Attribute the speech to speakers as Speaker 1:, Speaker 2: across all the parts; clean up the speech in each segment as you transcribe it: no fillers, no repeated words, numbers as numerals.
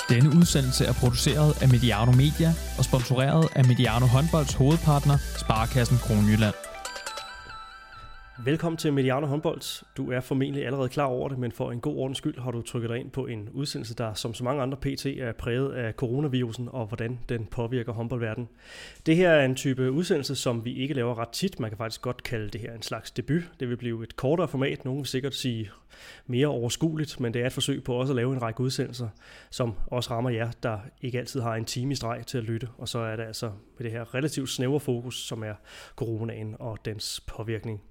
Speaker 1: Denne udsendelse er produceret af Mediano Media og sponsoreret af Mediano Håndbolds hovedpartner, Sparekassen Kronjylland.
Speaker 2: Velkommen til Mediano Håndbold. Du er formentlig allerede klar over det, men for en god ordens skyld har du trykket dig ind på en udsendelse, der som så mange andre pt. Er præget af coronavirusen og hvordan den påvirker håndboldverdenen. Det her er en type udsendelse, som vi ikke laver ret tit. Man kan faktisk godt kalde det her en slags debut. Det vil blive et kortere format. Nogen vil sikkert sige mere overskueligt, men det er et forsøg på også at lave en række udsendelser, som også rammer jer, der ikke altid har en time i streg til at lytte. Og så er det altså med det her relativt snævre fokus, som er coronaen og dens påvirkning.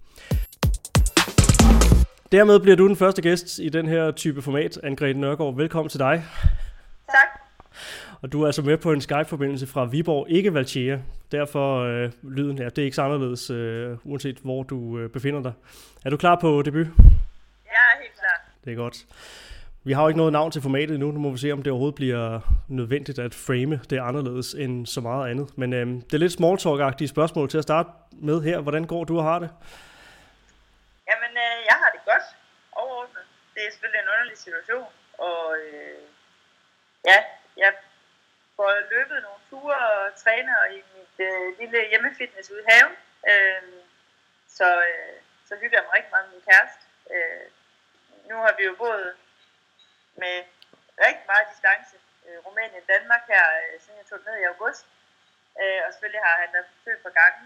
Speaker 2: Dermed bliver du den første gæst i den her type format, Anne-Grethe Nørgaard. Velkommen til dig.
Speaker 3: Tak.
Speaker 2: Og du er altså med på en Skype-forbindelse fra Viborg, ikke Valchea. Derfor lyden, ja, det er ikke så anderledes, uanset hvor du befinder dig. Er du klar på debut?
Speaker 3: Jeg er helt klar.
Speaker 2: Det er godt. Vi har jo ikke noget navn til formatet endnu. Nu må vi se, om det overhovedet bliver nødvendigt at frame det anderledes end så meget andet. Men det er lidt small talk-agtige spørgsmål til at starte med her. Hvordan går du og har det?
Speaker 3: Jamen, jeg har det godt overordnet. Det er selvfølgelig en underlig situation, og jeg får løbet nogle ture og træner i mit lille hjemmefitness ude i haven. Så hygger jeg mig rigtig meget med min kæreste. Nu har vi jo boet med rigtig meget distance, Rumænien og Danmark her, siden jeg tog ned i august. Og selvfølgelig har han da forsøgt på gangen.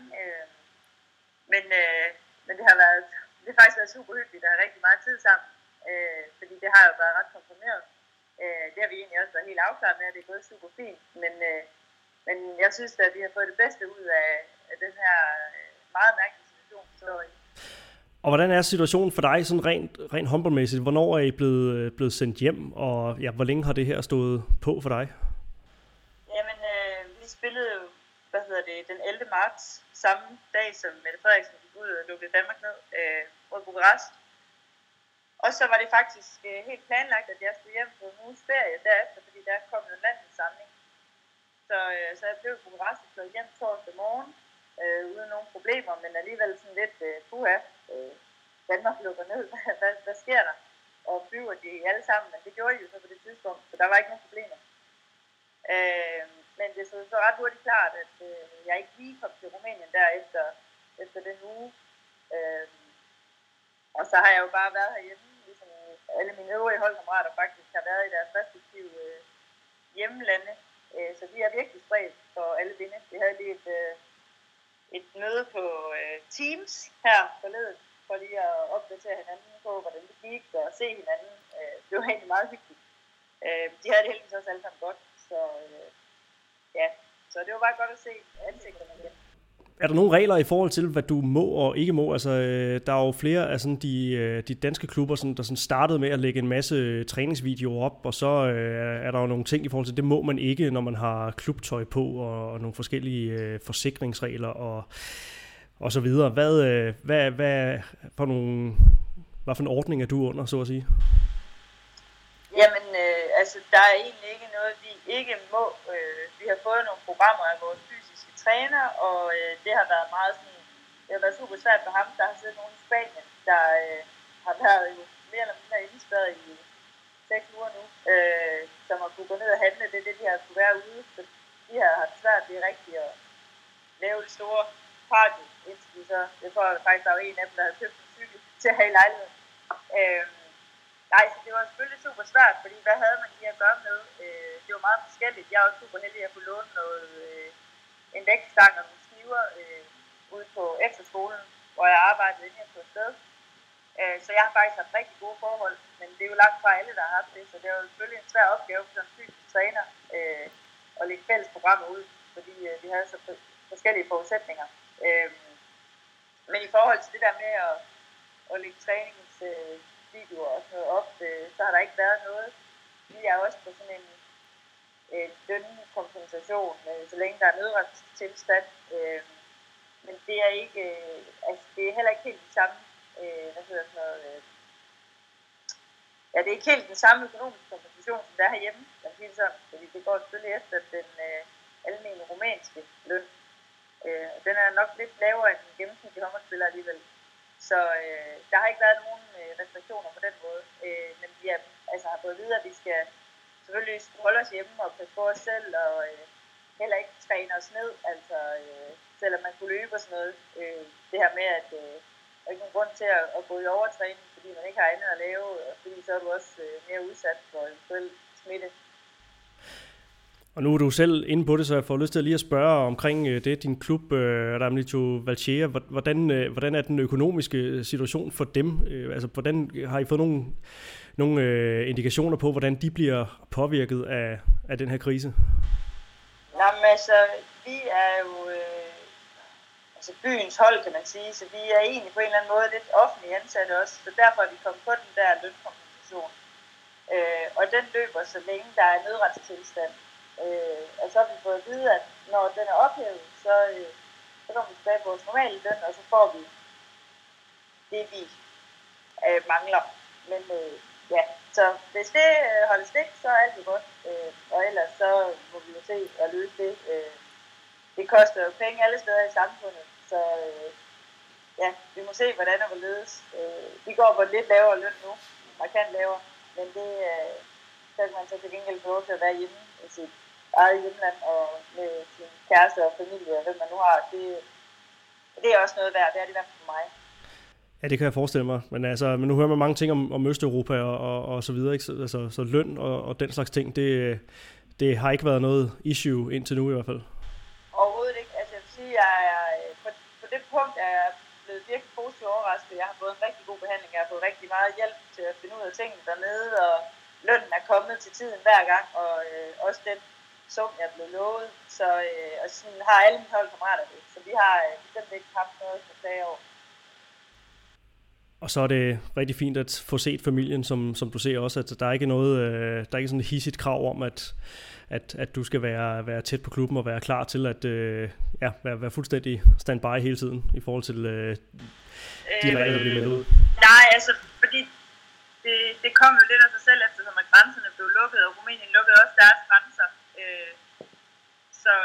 Speaker 3: Men det har faktisk været super hyggeligt at have rigtig meget tid sammen, fordi det har jo været ret komprimeret. Det har vi egentlig også været helt afklaret med, at det er gået super fint, men jeg synes at vi har fået det bedste ud af den her meget mærkelige situation, vi står i.
Speaker 2: Og hvordan er situationen for dig sådan rent håndboldmæssigt? Hvornår er I blevet sendt hjem, og ja, hvor længe har det her stået på for dig?
Speaker 3: Jamen, vi spillede jo, den 11. marts, samme dag som Mette Frederiksen gik ud og lukkede Danmark ned mod Bukarest. Og så var det faktisk helt planlagt, at jeg skulle hjem på en uges ferie derefter, fordi der kom en landssamling. Så jeg blev i Bukarest og fløj hjem torsdag morgen, uden nogen problemer, men alligevel sådan lidt Danmark lukker ned, hvad sker der? Og flyver de alle sammen, men det gjorde de jo så på det tidspunkt, så der var ikke nogen problemer. Men det så ret hurtigt klart, at jeg ikke lige kom til Rumænien der efter den uge. Og så har jeg jo bare været herhjemme, ligesom alle mine øvrige holdkammerater faktisk har været i deres respektive hjemlande. Så vi er virkelig spredt for alle vinde. Vi havde lige et møde på Teams her forleden, for lige at opdatere hinanden på, hvordan det gik, og se hinanden. Det var egentlig meget hyggeligt. De havde det heldigvis også alle sammen godt, så det var bare godt at se ansigterne igen.
Speaker 2: Er der nogle regler i forhold til, hvad du må og ikke må? Altså, der er jo flere af sådan de danske klubber, sådan, der sådan startede med at lægge en masse træningsvideoer op, og så er der jo nogle ting i forhold til, det må man ikke, når man har klubtøj på, og nogle forskellige forsikringsregler og så videre. Hvad for en ordning er du under, så at sige?
Speaker 3: Jamen, der er egentlig ikke noget, vi ikke må. Vi har fået nogle programmer af vores fysiske træner, og det har været meget sådan, det har været super svært for ham. Der har siddet nogen i Spanien, der har været jo mere eller mindre indespærret i 6 uger nu, som har kunne gå ned og handle. Det er det, de har kunne være ude. Så de har haft svært ved rigtigt at lave det store party, indtil de så, det tror jeg faktisk, der var en af dem, der havde købt en cykel til at have i lejligheden. Nej, så det var selvfølgelig super svært, fordi hvad havde man lige at gøre med? Det var meget forskelligt. Jeg var super heldig, at jeg kunne låne en vægtstang og nogle skiver ude på efterskolen, hvor jeg arbejdede inde på et sted. Så jeg har faktisk haft rigtig gode forhold, men det er jo langt fra alle, der har haft det, så det var jo selvfølgelig en svær opgave for en fysisk træner at lægge fælles programmer ud, fordi vi havde så forskellige forudsætninger. Men i forhold til det der med at lægge træningsvideoer og sådan noget op, så har der ikke været noget. Vi er også på sådan en lønkompensation, så længe der er nødretstilstand. Men det er ikke, det er heller ikke helt det samme, det er ikke helt den samme økonomiske kompensation, som der er herhjemme, fordi det går selvfølgelig efter den almindelige rumænske løn. Den er nok lidt lavere end den gennemsnitlige håndboldspiller alligevel. Så der har ikke været nogen restriktioner på den måde. Men vi har fået videre, at vi skal selvfølgelig skulle holde os hjemme og passe på os selv, og heller ikke træne os ned, altså selvom man kunne løbe og sådan noget. Det her med, at der er ikke nogen grund til at gå i overtræning, fordi man ikke har andet at lave, og fordi så er du også mere udsat for eventuel smitte.
Speaker 2: Og nu er du selv inde på det, så jeg får lyst til at lige at spørge omkring det. Din klub, Ramlito Valchea, hvordan er den økonomiske situation for dem? Altså, hvordan har I fået nogle indikationer på, hvordan de bliver påvirket af den her krise?
Speaker 3: Jamen altså, vi er jo byens hold, kan man sige, så vi er egentlig på en eller anden måde lidt offentligt ansatte også, så derfor er vi kommet på den der lønkompensation. Og den løber så længe der er nødretstilstand. Og så har vi fået at vide, at når den er ophævet, så kommer vi tilbage på vores normale løn, og så får vi det, vi mangler. Men ja, så hvis det holder stik, så er alt jo godt. Og ellers så må vi jo se at løse det. Det koster jo penge alle steder i samfundet, så ja, vi må se, hvordan det vil ledes. Vi går på en lidt lavere løn nu, markant lavere, men det så kan man så til gengæld få lov til at være hjemme i sit eget hjemland og med sin kæreste og familie og hvem man nu har. Det er også noget værd, det er det i hvert fald for mig.
Speaker 2: Ja, det kan jeg forestille mig, men nu hører man mange ting om Østeuropa og så videre, ikke? Så løn og den slags ting, det har ikke været noget issue indtil nu i hvert fald.
Speaker 3: Overhovedet ikke. Altså jeg vil sige, på det punkt er jeg blevet virkelig positivt overrasket. Jeg har fået en rigtig god behandling, jeg har fået rigtig meget hjælp til at finde ud af tingene dernede, og lønnen er kommet til tiden hver gang, og også den sum, jeg er blevet lovet. Så og sådan har alle mine holdkammerater det. Så vi har bestemt ikke haft noget for klage over.
Speaker 2: Og så er det rigtig fint at få set familien, som du ser også, at der er ikke noget, der er ikke sådan et hissigt krav om, at du skal være tæt på klubben og være klar til at være fuldstændig standby hele tiden i forhold til de regler, der bliver meldt ud.
Speaker 3: Nej, altså fordi det kom jo lidt af sig selv, eftersom at grænserne blev lukket, og Rumænien lukkede også deres grænser. Så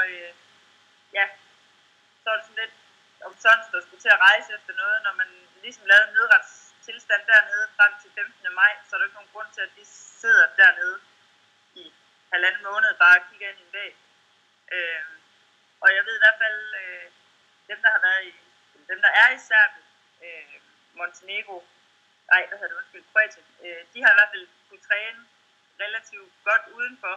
Speaker 3: er det sådan lidt omsonst at skulle til at rejse efter noget, når man ligesom lavede en nødretstilstand dernede frem til 15. maj, så er der ikke nogen grund til, at de sidder dernede i 1,5 måned bare og kigger ind i en væg. Og jeg ved i hvert fald, dem der er i Serbien, Montenegro, Kroatien, de har i hvert fald kunne træne relativt godt udenfor.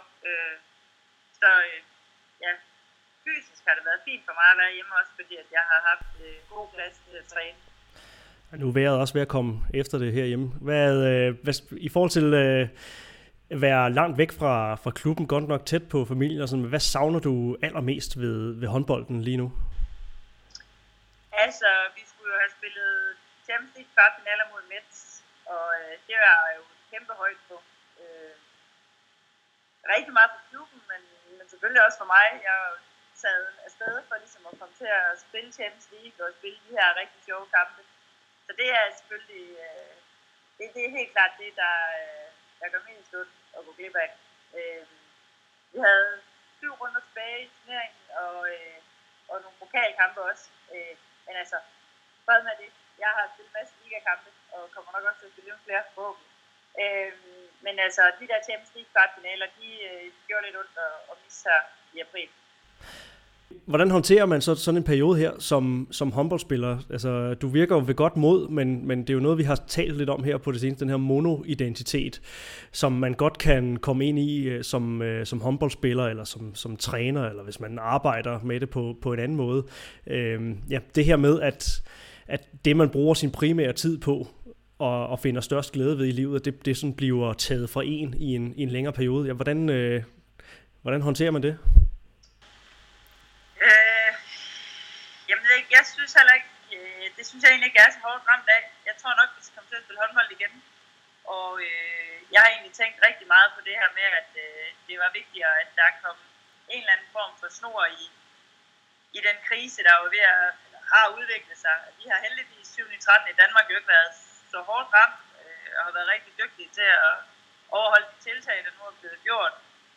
Speaker 3: Fysisk har det været fint for mig at være hjemme også, fordi at jeg har haft god plads til at træne.
Speaker 2: Nu er vejret også ved at komme efter det herhjemme. Hvad i forhold til at være langt væk fra klubben, godt nok tæt på familien og sådan, hvad savner du allermest ved håndbolden lige nu?
Speaker 3: Altså, vi skulle jo have spillet Champions League kvartfinaler mod Metz, og det var jo kæmpe højt på. Rigtig meget for klubben, men selvfølgelig også for mig. Jeg har jo taget afsted for ligesom at komme til at spille Champions League og spille de her rigtig sjove kampe. Så det er selvfølgelig, det er helt klart det, der gør mest ondt at gå glip af. Vi havde 7 runder tilbage i turneringen, og nogle pokalkampe også. Men altså, fred med det. Jeg har spillet en masse ligakampe, og kommer nok også til at spille flere forhåbentlig. Men altså, de der Champions League kvartfinaler, de gjorde lidt ondt at misse her i april.
Speaker 2: Hvordan håndterer man så sådan en periode her som håndboldspiller? Altså, du virker jo ved godt mod, men det er jo noget, vi har talt lidt om her på det seneste, den her monoidentitet, som man godt kan komme ind i som håndboldspiller, eller som træner, eller hvis man arbejder med det på en anden måde. Det her med, at det, man bruger sin primære tid på, og finder størst glæde ved i livet, det sådan bliver taget fra en i en længere periode. Ja, hvordan håndterer man det?
Speaker 3: Jeg synes heller ikke, det synes jeg egentlig ikke er så hårdt ramt af. Jeg tror nok, vi skal komme til at spille håndbold igen. Og jeg har egentlig tænkt rigtig meget på det her med, at det var vigtigere, at der kom en eller anden form for snor i den krise, der jo ved at har udviklet sig. Vi har heldigvis 7.13 i Danmark jo ikke været så hårdt ramt, og har været rigtig dygtige til at overholde de tiltag, der nu er blevet gjort.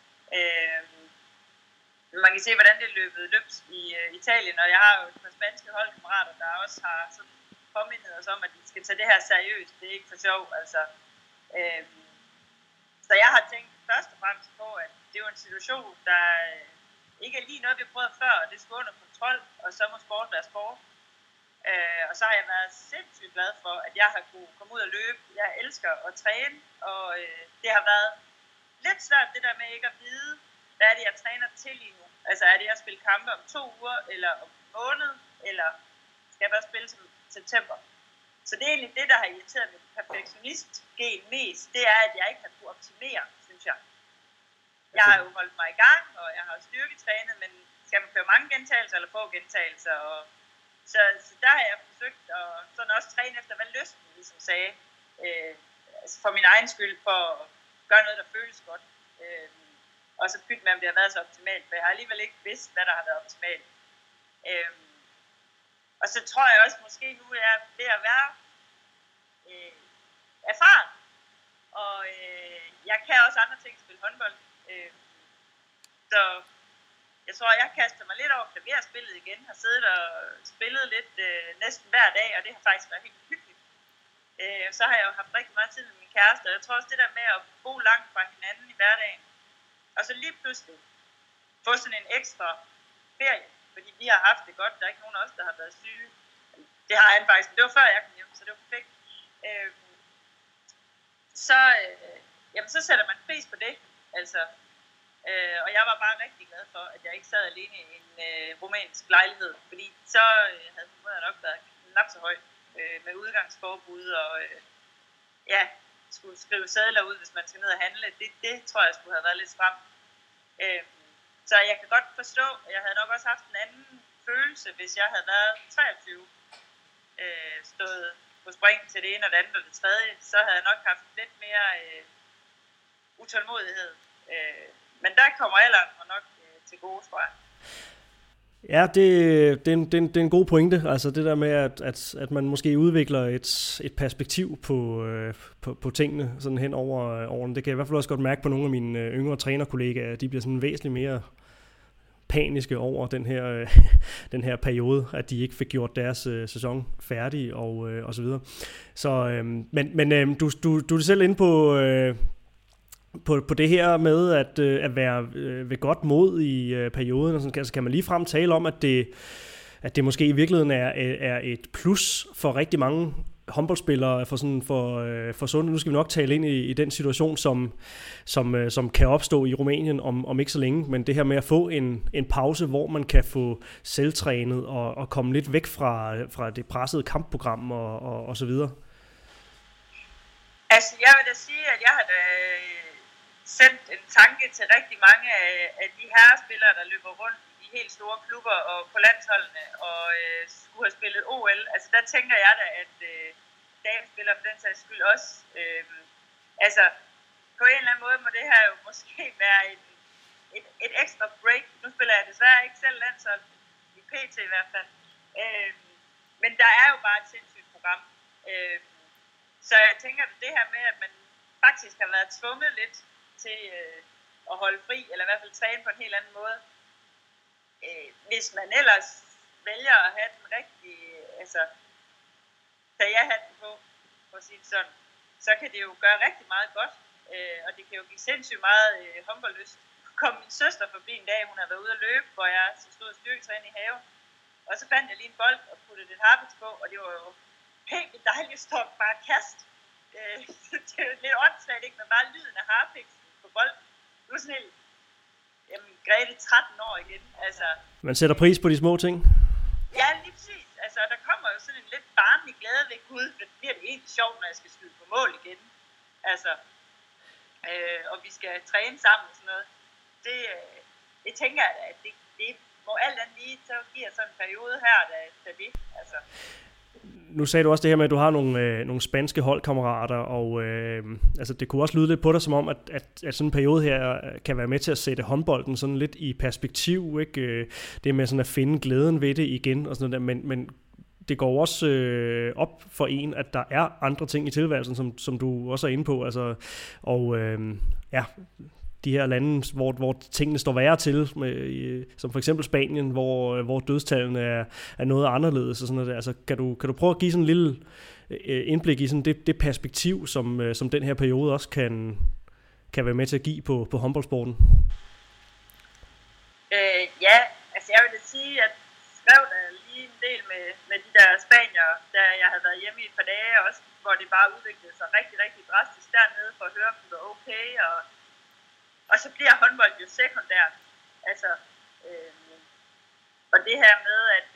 Speaker 3: Man kan se, hvordan det er løbet løbs i Italien, og jeg har jo et par spanske holdkammerater, der også har sådan påmindet os om, at vi skal tage det her seriøst. Det er ikke for sjov, altså. Så jeg har tænkt først og fremmest på, at det er jo en situation, der ikke er lige noget, vi har prøvet før, og det skal under kontrol, og så må sport være sport. Og så har jeg været sindssygt glad for, at jeg har kunne komme ud og løbe. Jeg elsker at træne, og det har været lidt svært det der med ikke at vide, hvad er det, jeg træner til lige nu. Altså er det at spille kampe om 2 uger, eller om en måned, eller skal jeg bare spille til september. Så det er egentlig det, der har irriteret mit perfektionist-gen mest. Det er, at jeg ikke har kunnet optimere, synes jeg. Jeg har jo holdt mig i gang, og jeg har styrketrænet, men skal man køre mange gentagelser eller få gentagelser? Så der har jeg forsøgt at sådan også træne efter, hvad lysten ligesom sagde. Altså for min egen skyld, for at gøre noget, der føles godt. Og så pytte med, om det har været så optimalt, for jeg har alligevel ikke vidst, hvad der har været optimalt. Og så tror jeg også, måske nu er jeg ved at være erfaren. Og jeg kan også andre ting, spille håndbold. Så jeg tror, jeg kaster mig lidt over klaverspillet igen. Har siddet og spillet lidt næsten hver dag, og det har faktisk været helt hyggeligt. Så har jeg jo haft rigtig meget tid med min kæreste, og jeg tror også det der med at bo langt fra hinanden i hverdagen. Og så lige pludselig få sådan en ekstra ferie, fordi vi har haft det godt. Der er ikke nogen af os, der har været syge. Det har han faktisk, men det var før jeg kom hjem, så det var perfekt. Så sætter man pris på det, altså. Og jeg var bare rigtig glad for, at jeg ikke sad alene i en rumænsk lejlighed, fordi så havde hun nok været knap så høj med udgangsforbud og skulle skrive sedler ud, hvis man skal ned og handle. Det tror jeg skulle have været lidt stramt. Så jeg kan godt forstå, at jeg havde nok også haft en anden følelse, hvis jeg havde været 23, stået på spring til det ene og det andet og det tredje, så havde jeg nok haft lidt mere utålmodighed. Men der kommer alderen nok til gode, tror jeg.
Speaker 2: Ja, det er en god pointe. Altså det der med, at man måske udvikler et perspektiv på tingene sådan hen over årene. Det kan jeg i hvert fald også godt mærke på nogle af mine yngre trænerkollegaer. De bliver sådan væsentligt mere paniske over den her periode, at de ikke fik gjort deres sæson færdig og så videre. Så, men du er selv inde på det her med at være ved godt mod i perioden, og sådan, altså, kan man ligefrem tale om, at det måske i virkeligheden er et plus for rigtig mange håndboldspillere for sundt. Nu skal vi nok tale ind i den situation, som kan opstå i Rumænien om ikke så længe, men det her med at få en pause, hvor man kan få selvtrænet og komme lidt væk fra det pressede kampprogram og så videre.
Speaker 3: Altså, jeg vil da sige, at jeg har sendt en tanke til rigtig mange af de herrespillere, der løber rundt i de helt store klubber og på landsholdene og skulle have spillet OL. Altså der tænker jeg da, at damespillere for den sags skyld også. Altså på en eller anden måde må det her jo måske være et ekstra break. Nu spiller jeg desværre ikke selv landshold, i PT i hvert fald. Men der er jo bare et sindssygt program. Så jeg tænker, at det her med, at man faktisk har været tvunget lidt til at holde fri, eller i hvert fald træne på en helt anden måde. Hvis man ellers vælger at have den rigtige, altså, da jeg havde den på, for at sige det sådan, så kan det jo gøre rigtig meget godt, og det kan jo give sindssygt meget håndboldlyst. Kom min søster forbi en dag, hun havde været ude at løbe, hvor jeg så stod og styrketræne i haven, og så fandt jeg lige en bold og puttede et harpiks på, og det var jo helt dejligt at stå bare kast. Det er lidt åndssvagt, ikke? Men bare lyden af harpiksen på bolden. Nu er sådan helt, Grete 13 år igen. Altså,
Speaker 2: man sætter pris på de små ting.
Speaker 3: Ja, lige præcis. Altså, der kommer jo sådan en lidt barnlig glæde ved Gud, for det bliver det egentlig sjovt, når jeg skal skyde på mål igen. Altså, og vi skal træne sammen og sådan noget. Det tænker jeg, at det må alt andet lige, så giver sådan en periode her, da det, altså.
Speaker 2: Nu sagde du også det her med, at du har nogle spanske holdkammerater, og altså det kunne også lyde lidt på dig som om, at sådan en periode her kan være med til at sætte håndbolden sådan lidt i perspektiv, ikke? Det med sådan at finde glæden ved det igen og sådan noget der, men det går også op for en, at der er andre ting i tilværelsen, som du også er inde på, altså, og de her lande, hvor tingene står værre til, som for eksempel Spanien, hvor dødstallene er noget anderledes og sådan noget der. Altså, kan du prøve at give sådan en lille indblik i sådan det perspektiv, som den her periode også kan være med til at give på håndboldsporten?
Speaker 3: Ja, altså jeg vil da sige, at skrev der lige en del med de der spanier, da jeg havde været hjemme i et par dage også, hvor det bare udviklede sig rigtig, rigtig drastisk dernede for at høre, om det var okay, og så bliver håndbold jo sekundært. Altså, og det her med, at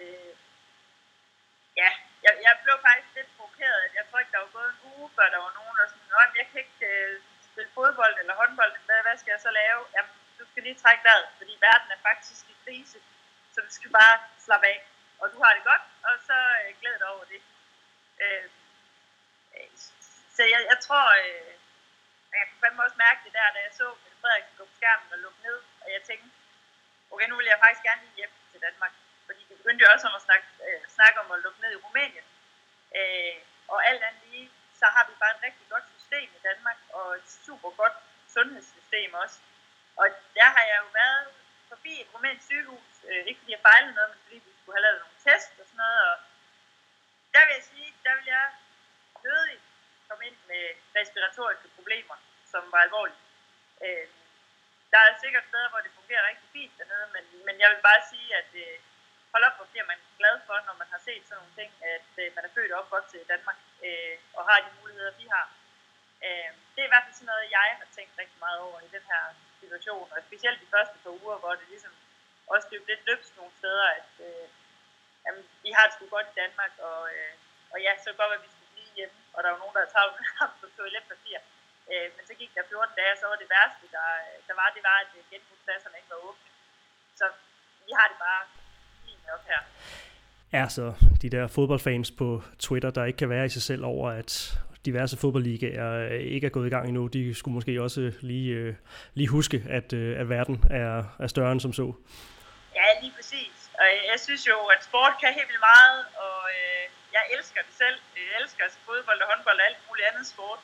Speaker 3: jeg blev faktisk lidt provokeret, at jeg tror ikke, der var gået en uge, før der var nogen, der sådan, jeg kan ikke spille fodbold eller håndbold, hvad skal jeg så lave? Jamen, du skal lige trække vejret, fordi verden er faktisk i krise, så du skal bare slappe af, og du har det godt, og så glæd dig over det. Så jeg tror, jeg kunne fandme også mærke det der, da jeg så Mette Frederiksen gå på skærmen og lukke ned, og jeg tænkte, okay, nu vil jeg faktisk gerne lige hjem til Danmark, fordi det begyndte jo også om at snakke om at lukke ned i Rumænien, og alt andet lige, så har vi bare et rigtig godt system i Danmark, og et super godt sundhedssystem også. Og der har jeg jo været forbi et rumænsk sygehus, ikke fordi jeg fejlede noget, men fordi vi skulle have lavet nogle test og sådan noget, og der vil jeg sige, der vil jeg nødigt komme ind med respiratoriske problemer, som var alvorlige. Der er sikkert steder, hvor det fungerer rigtig fint dernede, men jeg vil bare sige, at hold op, hvor bliver man glad for, når man har set sådan nogle ting, at man er født og opvokset i Danmark, og har de muligheder, vi har. Det er i hvert fald sådan noget, jeg har tænkt rigtig meget over i den her situation, og specielt de første par uger, hvor det ligesom også blev lidt løbsk nogle steder, at vi har det sgu godt i Danmark, og ja, så godt, at vi skulle blive hjemme, og der var nogen, der havde travlt på toiletpapir. Men så gik der 14 dage, og så var det værste, det var, at genbrugspladserne ikke var åbne. Så vi har det bare fint nok her.
Speaker 2: Ja, så de der fodboldfans på Twitter, der ikke kan være i sig selv over, at diverse fodboldligaer ikke er gået i gang endnu, de skulle måske også lige huske, at verden er større end som så.
Speaker 3: Ja, lige præcis. Og jeg synes jo, at sport kan helt vildt meget, og jeg elsker det selv. Jeg elsker altså fodbold og håndbold og alt muligt andet sport.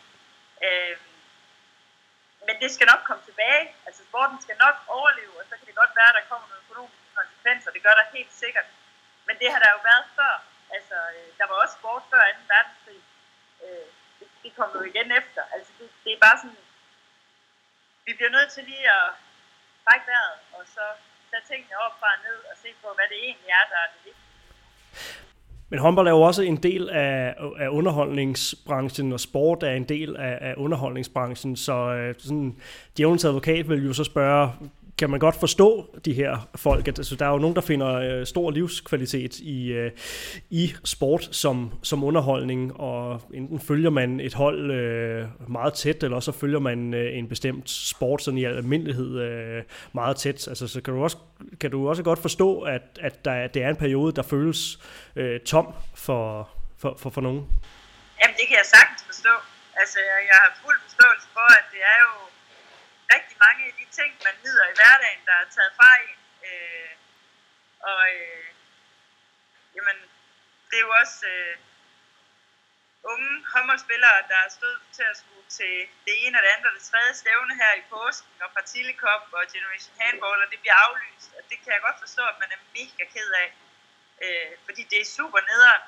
Speaker 3: Men det skal nok komme tilbage. Altså sporten skal nok overleve, og så kan det godt være, at der kommer nogle økonomiske konsekvenser. Det gør der helt sikkert. Men det har der jo været før. Altså, der var også sport før 2. verdenskrig. Det kom jo igen efter. Altså, det er bare sådan, vi bliver nødt til lige at trække vejret, og så tage tingene op fra ned og se på, hvad det egentlig er, der er det vigtige.
Speaker 2: Men håndbold er jo også en del af underholdningsbranchen, og sport er en del af underholdningsbranchen, så sådan, djævelens advokat vil jo så spørge, kan man godt forstå de her folk? Altså, der er jo nogen, der finder stor livskvalitet i sport som underholdning, og enten følger man et hold meget tæt, eller også følger man en bestemt sport sådan i almindelighed meget tæt. Altså, så kan du også godt forstå, at det er en periode, der føles tom for nogen?
Speaker 3: Jamen, det kan jeg sagtens forstå. Altså, jeg har fuld forståelse for, at det er jo rigtig mange af de ting, man nyder i hverdagen, der er taget fra en. Jamen, det er jo også unge håndboldspillere, der er stået til at skulle til det ene og det andet og det tredje stævne her i påsken, og Partille Cup og Generation Handball, og det bliver aflyst. Og det kan jeg godt forstå, at man er mega ked af, fordi det er super nederen.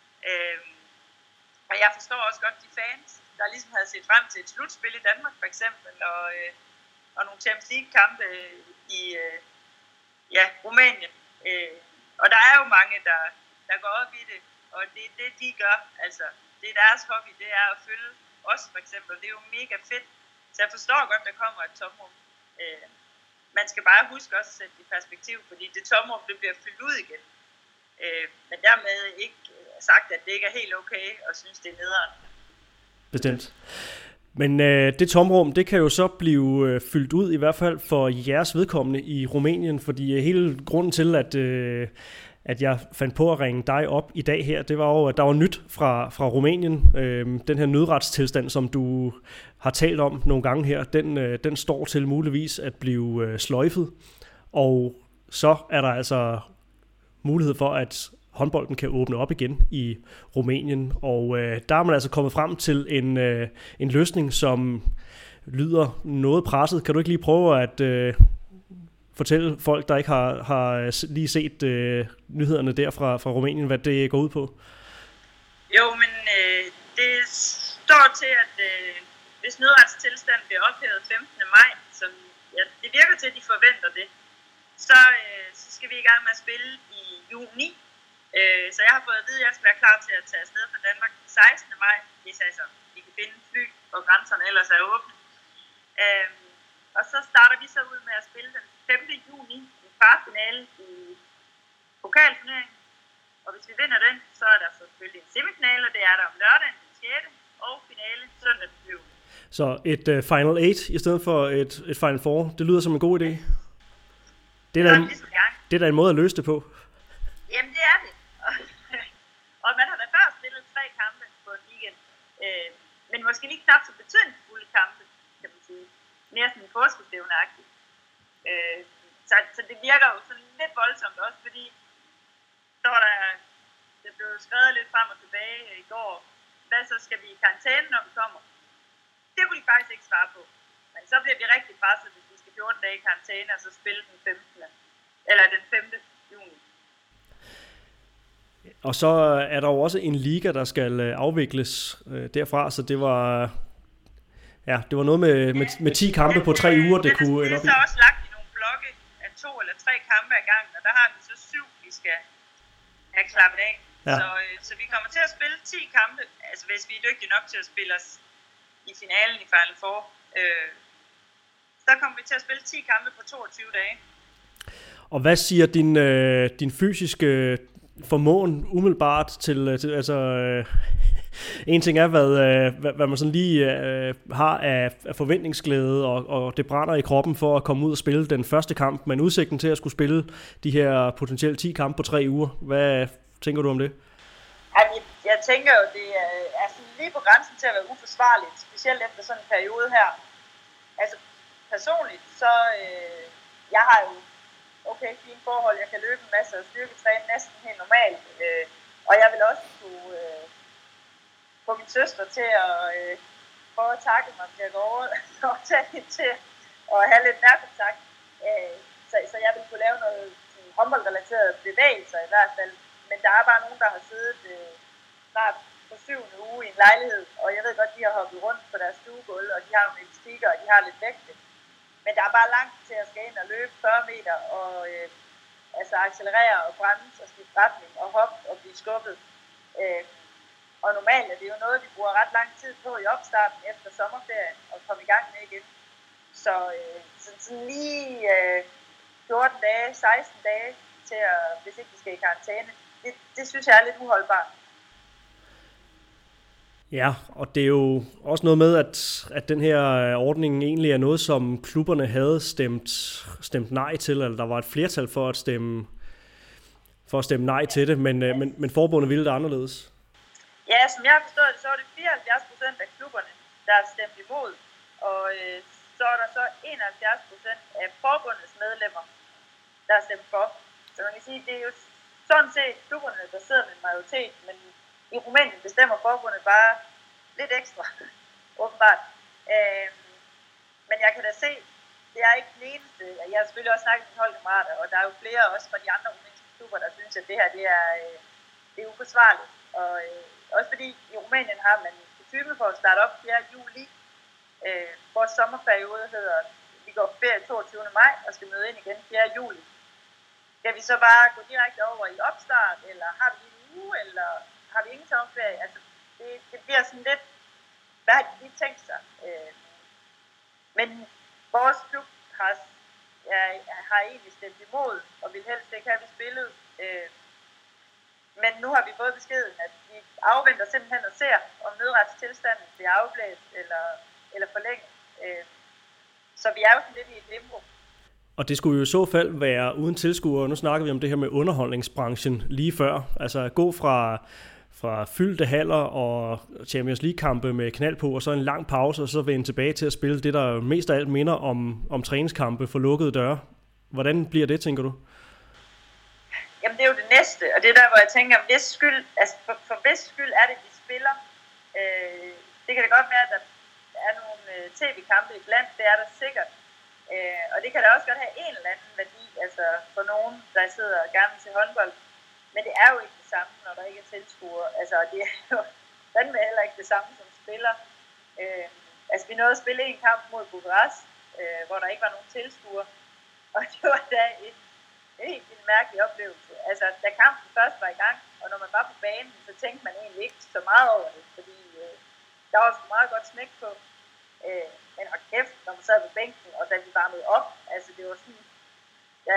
Speaker 3: Og jeg forstår også godt de fans, der ligesom havde set frem til et slutspil i Danmark for eksempel, og nogle Champions League-kampe i Rumænien. Og der er jo mange, der går op i det, og det er det, de gør. Altså, det er deres hobby, det er at følge os for eksempel. Det er jo mega fedt. Så jeg forstår godt, der kommer et tomrum. Man skal bare huske også at sætte det i perspektiv, fordi det tomrum, det bliver fyldt ud igen. Men dermed ikke sagt, at det ikke er helt okay, og synes, det er nederen. Bestemt.
Speaker 2: Men det tomrum, det kan jo så blive fyldt ud, i hvert fald for jeres vedkommende i Rumænien, fordi hele grunden til, at jeg fandt på at ringe dig op i dag her, det var jo, at der var nyt fra Rumænien. Den her nødretstilstand, som du har talt om nogle gange her, den står til muligvis at blive sløjfet, og så er der altså mulighed for, at håndbolden kan åbne op igen i Rumænien, og der er man altså kommet frem til en løsning, som lyder noget presset. Kan du ikke lige prøve at fortælle folk, der ikke har lige set nyhederne der fra Rumænien, hvad det går ud på?
Speaker 3: Jo, men det står til, at hvis nødretstilstanden bliver ophævet 15. maj, som det virker til, at de forventer det, så skal vi i gang med at spille i juni. Så jeg har fået at vide, at jeg skal være klar til at tage afsted fra Danmark den 16. maj, hvis altså vi kan finde fly, og grænserne ellers er åbne. Og så starter vi så ud med at spille den 5. juni i kvartfinale i pokalturneringen. Og hvis vi vinder den, så er der selvfølgelig en semifinale, det er der om lørdagen den 6. og finale søndag den 7.
Speaker 2: Så et Final 8 i stedet for et Final 4, det lyder som en god idé. Det er da en måde at løse det på.
Speaker 3: Jamen det er det. Og man har da før spillet 3 kampe på en weekend. Men måske lige knap så betydningsfulde kampe, kan man sige. Mere sådan en påskestævne-agtigt. Så det virker jo sådan lidt voldsomt også, fordi det blev skrevet lidt frem og tilbage i går. Hvad så, skal vi i karantæne, når vi kommer? Det kunne de faktisk ikke svare på. Men så bliver vi rigtig presset, hvis vi skal 14 dage i karantæne, og så spille den 15. Eller den 5. juni.
Speaker 2: Og så er der jo også en liga, der skal afvikles derfra, så det var noget med 10 kampe på 3 uger, det kunne ende op i.
Speaker 3: Det er så også lagt i nogle blokke af 2 eller 3 kampe ad gangen, og der har vi så 7, vi skal have klappet af. Ja. Så vi kommer til at spille 10 kampe, altså hvis vi er dygtige nok til at spille os i finalen i Final Four, så kommer vi til at spille 10 kampe på 22 dage.
Speaker 2: Og hvad siger din fysiske formåen umiddelbart til altså en ting er hvad man sådan lige har af forventningsglæde og det brænder i kroppen for at komme ud og spille den første kamp, men udsigten til at skulle spille de her potentielt 10 kampe på 3 uger, hvad tænker du om det?
Speaker 3: Jeg tænker jo, det er sådan lige på grænsen til at være uforsvarligt, specielt efter sådan en periode her. Altså personligt, så jeg har jo fine forhold, jeg kan løbe en masse og styrketræne næsten helt normalt, og jeg vil også kunne få min søster til at prøve at takke mig til at gå over og tage hende til at have lidt nærkontakt, så jeg vil kunne lave noget håndboldrelateret bevægelser i hvert fald, men der er bare nogen, der har siddet snart på 7. uge i en lejlighed, og jeg ved godt, de har hoppet rundt på deres stuegulv, og de har nogle elastikker, og de har lidt vægte. Men der er bare langt til at skal ind og løbe 40 meter og accelerere og bremse og skifte retning og hoppe og blive skubbet. Og normalt er det jo noget, vi bruger ret lang tid på i opstarten efter sommerferien og komme i gang med igen. Så sådan lige 14 dage, 16 dage til at, hvis ikke vi skal i karantæne, det synes jeg er lidt uholdbart.
Speaker 2: Ja, og det er jo også noget med, at den her ordning egentlig er noget, som klubberne havde stemt nej til, eller der var et flertal for at stemme nej til det, men forbundet ville det anderledes.
Speaker 3: Ja, som jeg har forstået det, så var det 74% af klubberne, der har stemt imod, og så er der så 71% af forbundets medlemmer, der har stemt for. Så man kan sige, det er jo sådan set klubberne, der sidder med en majoritet, men i Rumænien bestemmer forbundet bare lidt ekstra, åbenbart. Men jeg kan da se, det er ikke den eneste. Jeg har selvfølgelig også snakket med holdkammerater, og der er jo flere også fra de andre rumænske klubber, der synes, at det her det er uforsvarligt. Og også fordi i Rumænien har man kutyme for at starte op 4. juli. Vores sommerperiode hedder, vi går på ferie 22. maj og skal møde ind igen 4. juli. Skal vi så bare gå direkte over i opstart, eller har vi en uge, eller har vi ingen sommerferie? Altså, det bliver sådan lidt, hvad har de lige tænkt sig? Men vores klub har egentlig stemt imod, og vil helst ikke have vi spillet. Men nu har vi fået beskeden, at vi afventer simpelthen og ser, om nødretstilstanden bliver afblæst eller forlænget. Så vi er jo sådan lidt i et limbo.
Speaker 2: Og det skulle jo i så fald være uden tilskuere. Nu snakker vi om det her med underholdningsbranchen lige før. Altså at gå fra fyldte haller og Champions League-kampe med knald på, og så en lang pause, og så vende tilbage til at spille det, der mest af alt minder om træningskampe for lukkede døre. Hvordan bliver det, tænker du?
Speaker 3: Jamen det er jo det næste, og det er der, hvor jeg tænker, for hvis skyld er det, vi spiller. Det kan da godt være, at der er nogle tv-kampe iblandt, det er der sikkert. Og det kan da også godt have en eller anden værdi, altså for nogen, der sidder gerne til håndbold. Men det er jo ikke det samme, når der ikke er tilskuere. Altså det er jo fandme heller ikke det samme som spiller. Altså vi nåede at spille en kamp mod Bukarest, hvor der ikke var nogen tilskuere, og det var da en helt vildt mærkelig oplevelse. Altså da kampen først var i gang, og når man var på banen, så tænkte man egentlig ikke så meget over det, fordi der var så meget godt smæk på. Men hold kæft, når man sad på bænken, og da vi varmede op, altså det var sådan, ja,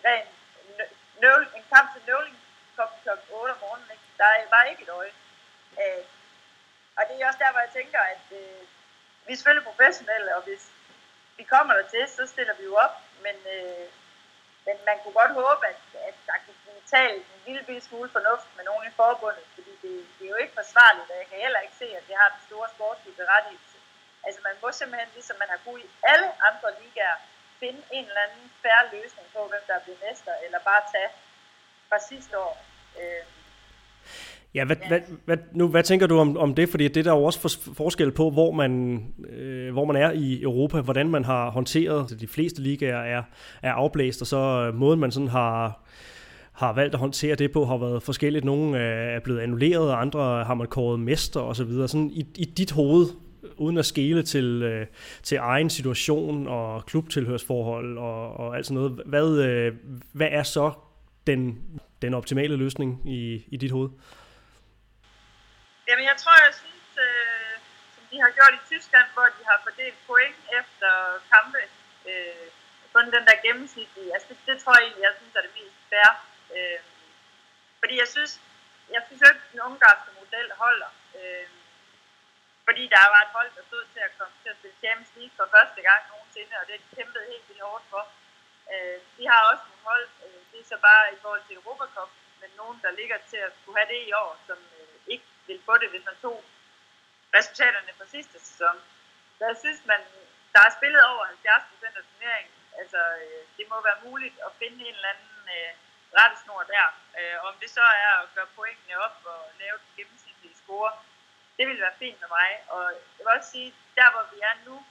Speaker 3: en kamp til nøvling kom kl. 8 om morgenen, ikke? Der var ikke et øje. Og det er også der, hvor jeg tænker, at vi er selvfølgelig professionelle, og hvis vi kommer der til, så stiller vi jo op, men man kunne godt håbe, at der kunne blive talt en lille smule fornuft med nogen i forbundet, fordi det er jo ikke forsvarligt, og jeg kan heller ikke se, at det har den store sportslige berettigelse. Altså man må simpelthen, ligesom man har kunnet i alle andre ligaer, finde en eller anden fair løsning på, hvem der bliver mester, eller bare tage fra sidste år.
Speaker 2: Ja, hvad tænker du om det? Fordi det er der jo også forskel på, hvor man er i Europa, hvordan man har håndteret. De fleste ligaer er afblæst, og så måden man sådan har valgt at håndtere det på, har været forskelligt. Nogle er blevet annulleret, og andre har man kåret mester og så videre. Sådan i dit hoved, uden at skele til egen situation og klubtilhørsforhold og alt sådan noget. Hvad er så den optimale løsning i dit hoved?
Speaker 3: Jamen jeg tror, jeg synes, som de har gjort i Tyskland, hvor de har fordelt point efter kampe, fundet den der gennemsnitlige, altså det tror jeg egentlig, jeg synes er det mest fair. Fordi jeg synes ikke, at den ungarske model holder. Fordi der var et hold, der stod til at komme til at spille Champions League for første gang nogensinde, og det har de kæmpet helt vildt hårdt for. De har også nogle hold, det er så bare i forhold til Europa Cup, men nogen, der ligger til at skulle have det i år, som ikke vil få det, hvis man tog resultaterne fra sidste sæson. Så jeg synes, der er spillet over 70% af turneringen. Altså, det må være muligt at finde en eller anden rettesnor der. Om det så er at gøre pointene op og lave den gennemsnitlige score, det vil være fint med mig. Og jeg vil også sige, der hvor vi er nu,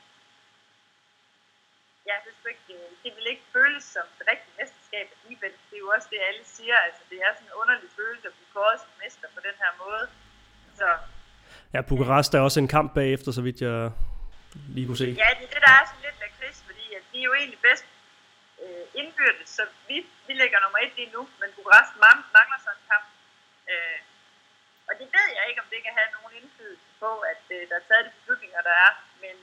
Speaker 3: det vil ikke føles som det rigtige mesterskab alligevel. Det er jo også det, alle siger. Altså, det er sådan en underlig følelse at blive kåret som mester på den her måde. Så.
Speaker 2: Ja, Bukarest er også en kamp bagefter, så vidt jeg lige kunne se.
Speaker 3: Ja, det er det, der er sådan lidt lakrids, fordi at de er jo egentlig bedst indbyrdes, så vi ligger nummer 1 lige nu, men Bukarest mangler sådan en kamp. Og det ved jeg ikke, om det kan have nogen indflydelse på, at der er taget de beslutninger, der er, men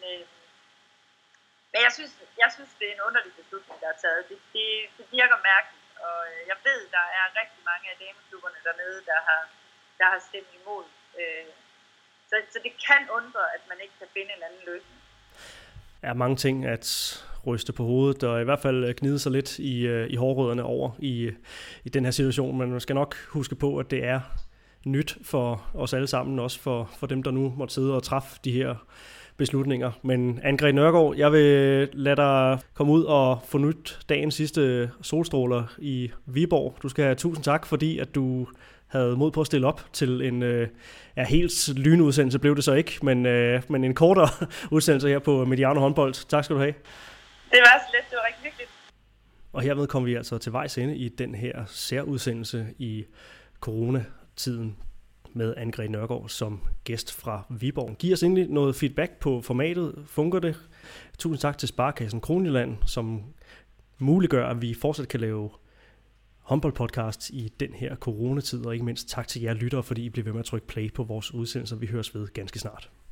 Speaker 3: jeg synes, det er en underlig beslutning, der er taget. Det virker mærkeligt, og jeg ved, der er rigtig mange af dameklubberne dernede, der har stemt imod. Så det kan undre, at man ikke kan finde en anden løsning.
Speaker 2: Der er mange ting at ryste på hovedet, og i hvert fald gnide sig lidt i hårrødderne over i den her situation. Men man skal nok huske på, at det er nyt for os alle sammen, også for dem, der nu måtte sidde og træffe de her beslutninger. Men Anne-Grethe Nørgaard, jeg vil lade dig komme ud og få nyt dagens sidste solstråler i Viborg. Du skal have tusind tak, fordi at du havde mod på at stille op til en helt lynudsendelse, blev det så ikke, men en kortere udsendelse her på Mediano Håndbold. Tak skal du have.
Speaker 3: Det var så lidt, det var rigtig hyggeligt.
Speaker 2: Og hermed kommer vi altså til vejs ende i den her særudsendelse i coronatiden med Anne-Grethe Nørgaard som gæst fra Viborg. Giv os endelig noget feedback på formatet. Fungerer det? Tusind tak til Sparekassen Kronjylland, som muliggør, at vi fortsat kan lave håndboldpodcast i den her coronatid, og ikke mindst tak til jer lyttere, fordi I bliver ved med at trykke play på vores udsendelser. Vi høres ved ganske snart.